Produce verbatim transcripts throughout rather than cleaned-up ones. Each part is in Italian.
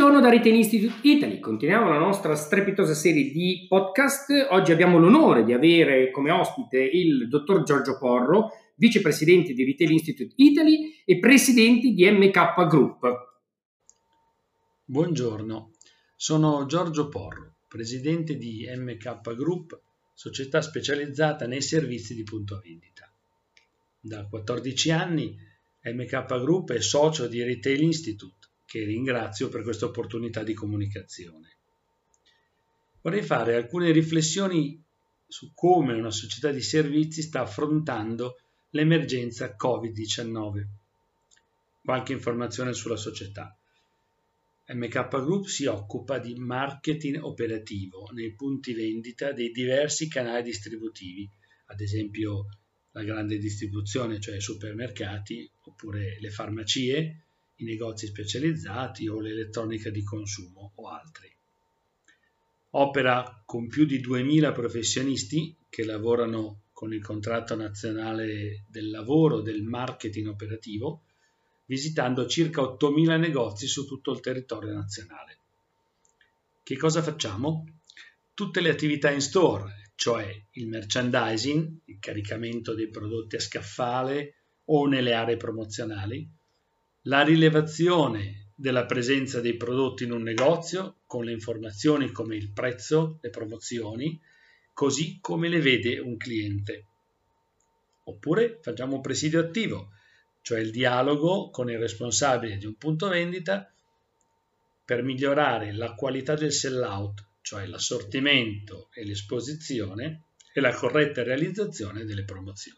Buongiorno da Retail Institute Italy, continuiamo la nostra strepitosa serie di podcast. Oggi abbiamo l'onore di avere come ospite il dottor Giorgio Porro, vicepresidente di Retail Institute Italy e presidente di M K Group. Buongiorno, sono Giorgio Porro, presidente di M K Group, società specializzata nei servizi di punto vendita. Da quattordici anni M K Group è socio di Retail Institute, che ringrazio per questa opportunità di comunicazione. Vorrei fare alcune riflessioni su come una società di servizi sta affrontando l'emergenza covid diciannove. Qualche informazione sulla società. M K Group si occupa di marketing operativo nei punti vendita dei diversi canali distributivi, ad esempio la grande distribuzione, cioè i supermercati, oppure le farmacie, i negozi specializzati o l'elettronica di consumo o altri. Opera con più di duemila professionisti che lavorano con il contratto nazionale del lavoro del marketing operativo, visitando circa ottomila negozi su tutto il territorio nazionale. Che cosa facciamo? Tutte le attività in store, cioè il merchandising, il caricamento dei prodotti a scaffale o nelle aree promozionali, la rilevazione della presenza dei prodotti in un negozio con le informazioni come il prezzo, le promozioni, così come le vede un cliente. Oppure facciamo presidio attivo, cioè il dialogo con il responsabile di un punto vendita per migliorare la qualità del sell-out, cioè l'assortimento e l'esposizione e la corretta realizzazione delle promozioni.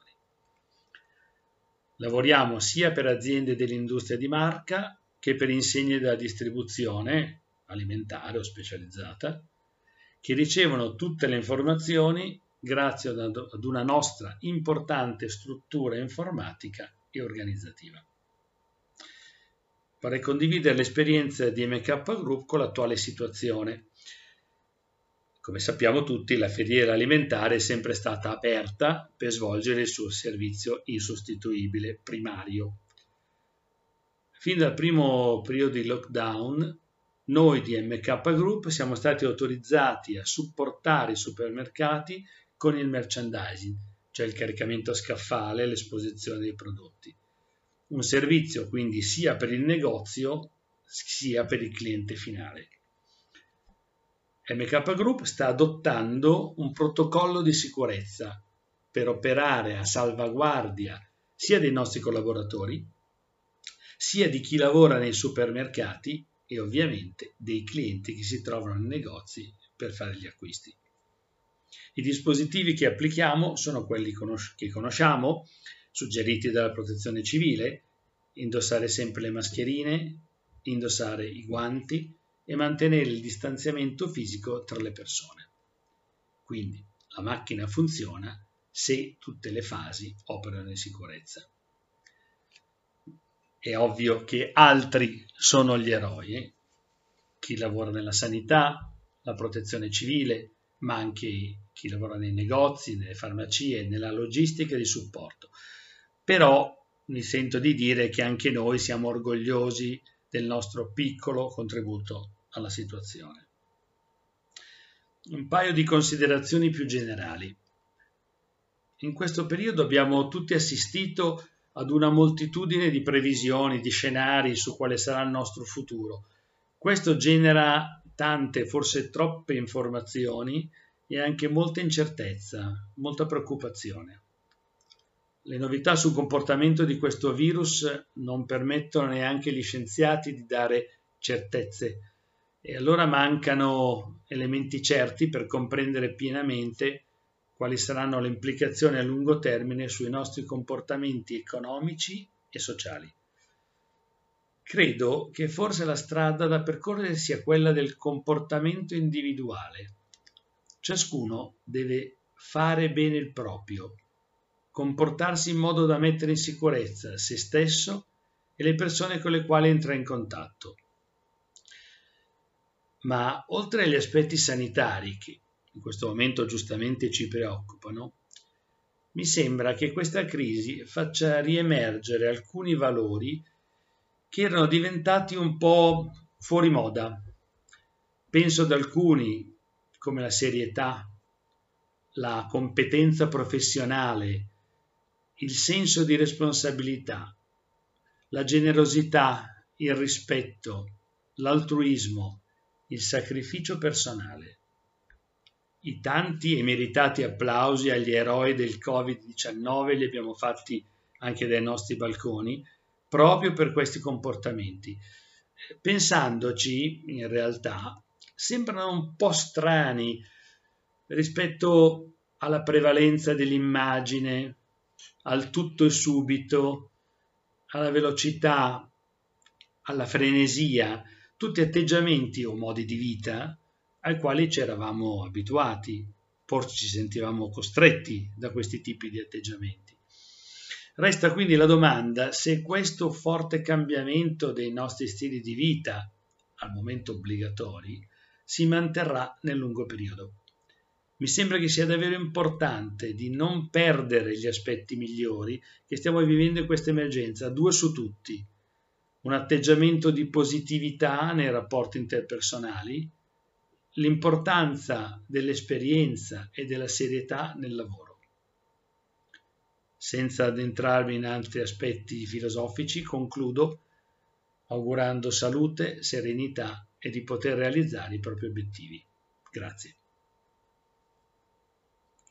Lavoriamo sia per aziende dell'industria di marca che per insegne della distribuzione alimentare o specializzata, che ricevono tutte le informazioni grazie ad una nostra importante struttura informatica e organizzativa. Vorrei condividere l'esperienza di M K Group con l'attuale situazione. Come sappiamo tutti, la filiera alimentare è sempre stata aperta per svolgere il suo servizio insostituibile primario. Fin dal primo periodo di lockdown, noi di M K Group siamo stati autorizzati a supportare i supermercati con il merchandising, cioè il caricamento a scaffale e l'esposizione dei prodotti. Un servizio quindi sia per il negozio sia per il cliente finale. M K Group sta adottando un protocollo di sicurezza per operare a salvaguardia sia dei nostri collaboratori, sia di chi lavora nei supermercati e ovviamente dei clienti che si trovano nei negozi per fare gli acquisti. I dispositivi che applichiamo sono quelli che conosciamo, suggeriti dalla Protezione Civile: indossare sempre le mascherine, indossare i guanti e mantenere il distanziamento fisico tra le persone. Quindi la macchina funziona se tutte le fasi operano in sicurezza. È ovvio che altri sono gli eroi, eh? Chi lavora nella sanità, la protezione civile, ma anche chi lavora nei negozi, nelle farmacie, nella logistica di supporto. Però mi sento di dire che anche noi siamo orgogliosi del nostro piccolo contributo alla situazione. Un paio di considerazioni più generali. In questo periodo abbiamo tutti assistito ad una moltitudine di previsioni, di scenari su quale sarà il nostro futuro. Questo genera tante, forse troppe informazioni e anche molta incertezza, molta preoccupazione. Le novità sul comportamento di questo virus non permettono neanche agli scienziati di dare certezze e allora mancano elementi certi per comprendere pienamente quali saranno le implicazioni a lungo termine sui nostri comportamenti economici e sociali. Credo che forse la strada da percorrere sia quella del comportamento individuale. Ciascuno deve fare bene il proprio, comportarsi in modo da mettere in sicurezza se stesso e le persone con le quali entra in contatto. Ma oltre agli aspetti sanitari, che in questo momento giustamente ci preoccupano, mi sembra che questa crisi faccia riemergere alcuni valori che erano diventati un po' fuori moda. Penso ad alcuni come la serietà, la competenza professionale, il senso di responsabilità, la generosità, il rispetto, l'altruismo, il sacrificio personale. I tanti e meritati applausi agli eroi del covid diciannove li abbiamo fatti anche dai nostri balconi, proprio per questi comportamenti. Pensandoci, in realtà, sembrano un po' strani rispetto alla prevalenza dell'immagine, al tutto e subito, alla velocità, alla frenesia, tutti atteggiamenti o modi di vita ai quali ci eravamo abituati, forse ci sentivamo costretti da questi tipi di atteggiamenti. Resta quindi la domanda se questo forte cambiamento dei nostri stili di vita, al momento obbligatori, si manterrà nel lungo periodo. Mi sembra che sia davvero importante di non perdere gli aspetti migliori che stiamo vivendo in questa emergenza, due su tutti. Un atteggiamento di positività nei rapporti interpersonali, l'importanza dell'esperienza e della serietà nel lavoro. Senza addentrarmi in altri aspetti filosofici, concludo augurando salute, serenità e di poter realizzare i propri obiettivi. Grazie.